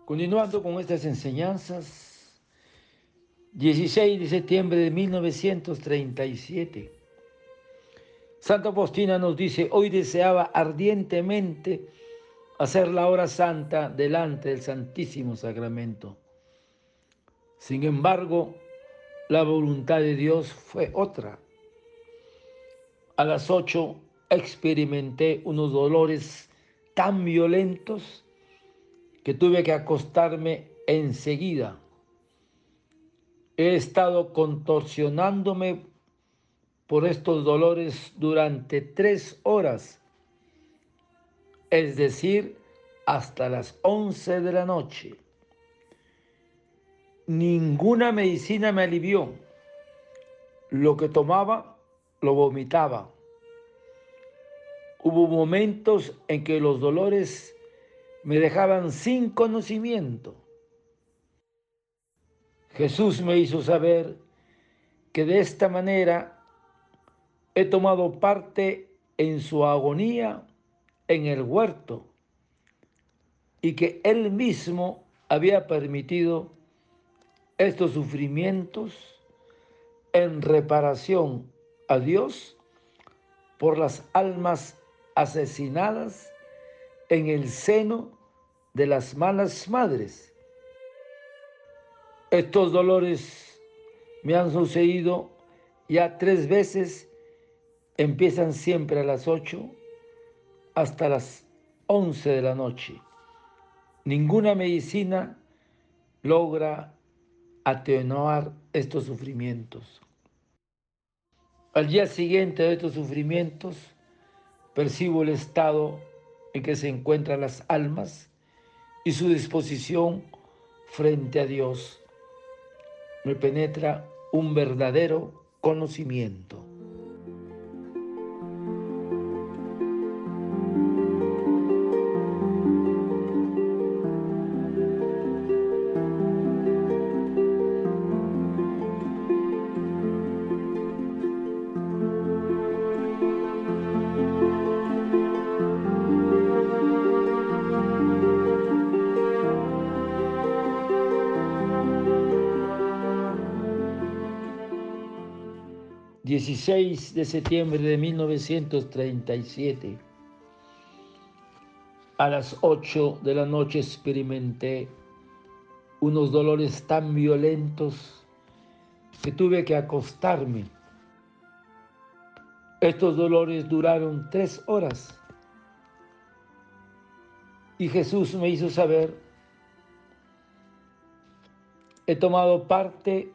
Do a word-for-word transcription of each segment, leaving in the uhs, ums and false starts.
Continuando con estas enseñanzas, dieciséis de septiembre de mil novecientos treinta y siete. Santa Faustina nos dice: hoy deseaba ardientemente hacer la hora santa delante del Santísimo Sacramento. Sin embargo, la voluntad de Dios fue otra. A las ocho experimenté unos dolores tan violentos que tuve que acostarme enseguida. He estado contorsionándome por estos dolores durante tres horas, es decir, hasta las once de la noche. Ninguna medicina me alivió. Lo que tomaba, lo vomitaba. Hubo momentos en que los dolores me dejaban sin conocimiento. Jesús me hizo saber que de esta manera he tomado parte en su agonía en el huerto y que Él mismo había permitido estos sufrimientos en reparación a Dios por las almas asesinadas en el seno de las malas madres. Estos dolores me han sucedido ya tres veces. Empiezan siempre a las ocho hasta las once de la noche. Ninguna medicina logra atenuar estos sufrimientos. Al día siguiente de estos sufrimientos, percibo el estado en que se encuentran las almas y su disposición frente a Dios. Me penetra un verdadero conocimiento. dieciséis de septiembre de mil novecientos treinta y siete. A las ocho de la noche experimenté unos dolores tan violentos que tuve que acostarme. Estos dolores duraron tres horas y Jesús me hizo saber: he tomado parte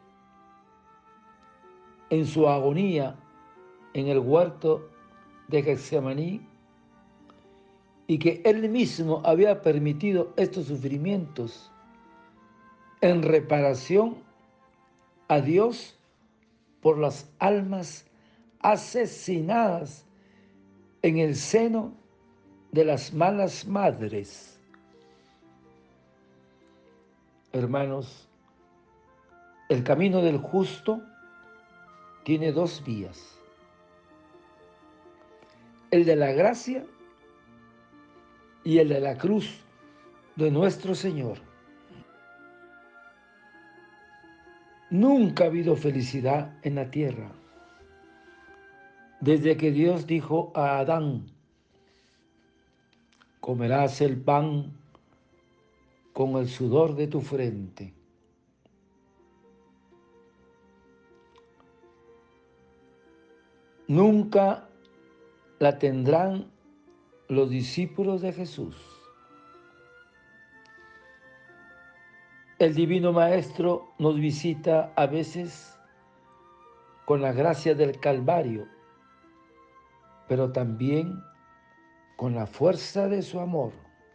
en su agonía en el huerto de Getsemaní y que Él mismo había permitido estos sufrimientos en reparación a Dios por las almas asesinadas en el seno de las malas madres. Hermanos, el camino del justo tiene dos vías: el de la gracia y el de la cruz de nuestro Señor. Nunca ha habido felicidad en la tierra. Desde que Dios dijo a Adán: comerás el pan con el sudor de tu frente. Nunca la tendrán los discípulos de Jesús. El Divino Maestro nos visita a veces con la gracia del Calvario, pero también con la fuerza de su amor.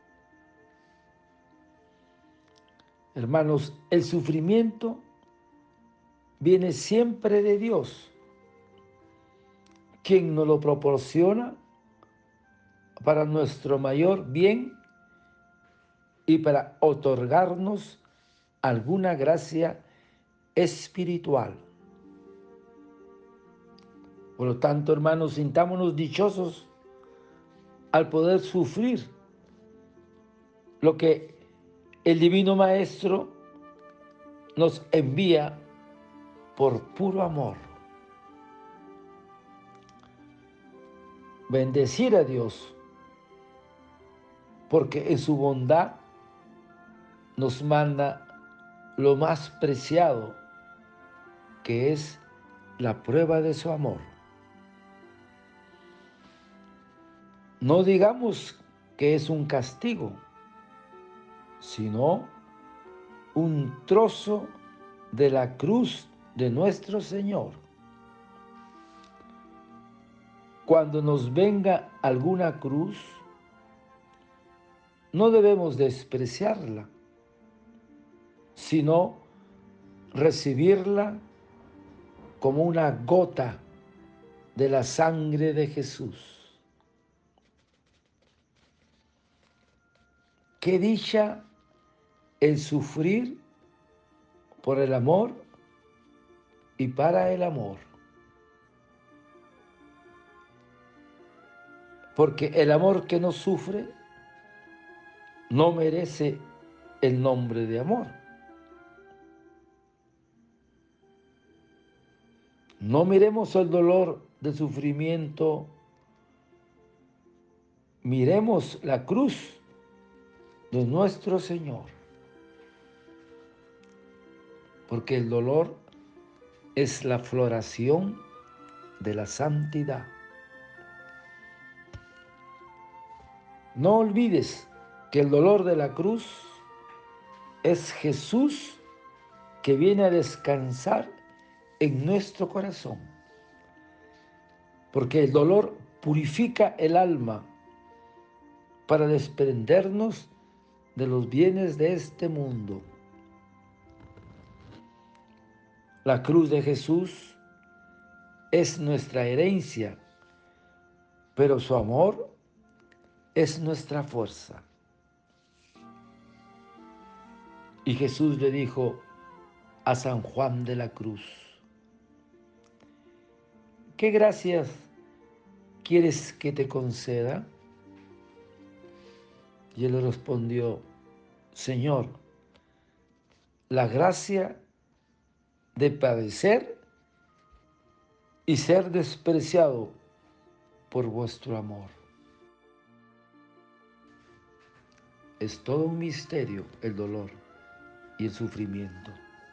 Hermanos, el sufrimiento viene siempre de Dios, quien nos lo proporciona para nuestro mayor bien y para otorgarnos alguna gracia espiritual. Por lo tanto, hermanos, sintámonos dichosos al poder sufrir lo que El Divino Maestro nos envía por puro amor. Bendecir a Dios, porque en su bondad nos manda lo más preciado, que es la prueba de su amor. No digamos que es un castigo, sino un trozo de la cruz de nuestro Señor. Cuando nos venga alguna cruz, no debemos despreciarla, sino recibirla como una gota de la sangre de Jesús. Qué dicha el sufrir por el amor y para el amor. Porque el amor que no sufre no merece el nombre de amor. No miremos el dolor del sufrimiento, miremos la cruz de nuestro Señor. Porque el dolor es la floración de la santidad. No olvides que el dolor de la cruz es Jesús que viene a descansar en nuestro corazón. Porque el dolor purifica el alma para desprendernos de los bienes de este mundo. La cruz de Jesús es nuestra herencia, pero su amor es nuestra fuerza. Y Jesús le dijo a San Juan de la Cruz: ¿qué gracias quieres que te conceda? Y él le respondió: Señor, la gracia de padecer y ser despreciado por vuestro amor. Es todo un misterio el dolor y el sufrimiento.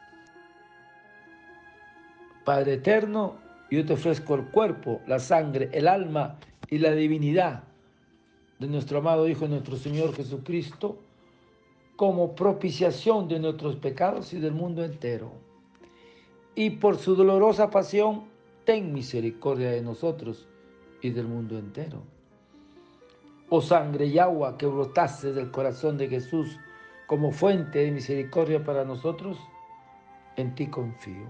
Padre eterno, yo te ofrezco el cuerpo, la sangre, el alma y la divinidad de nuestro amado Hijo, nuestro Señor Jesucristo, como propiciación de nuestros pecados y del mundo entero. Y por su dolorosa pasión, ten misericordia de nosotros y del mundo entero. Oh sangre y agua que brotaste del corazón de Jesús como fuente de misericordia para nosotros, en ti confío.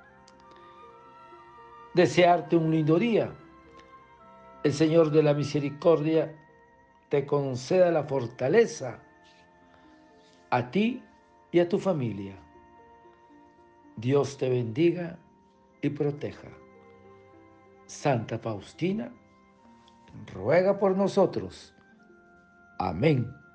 Desearte un lindo día. El Señor de la misericordia te conceda la fortaleza a ti y a tu familia. Dios te bendiga y proteja. Santa Faustina, ruega por nosotros. Amén.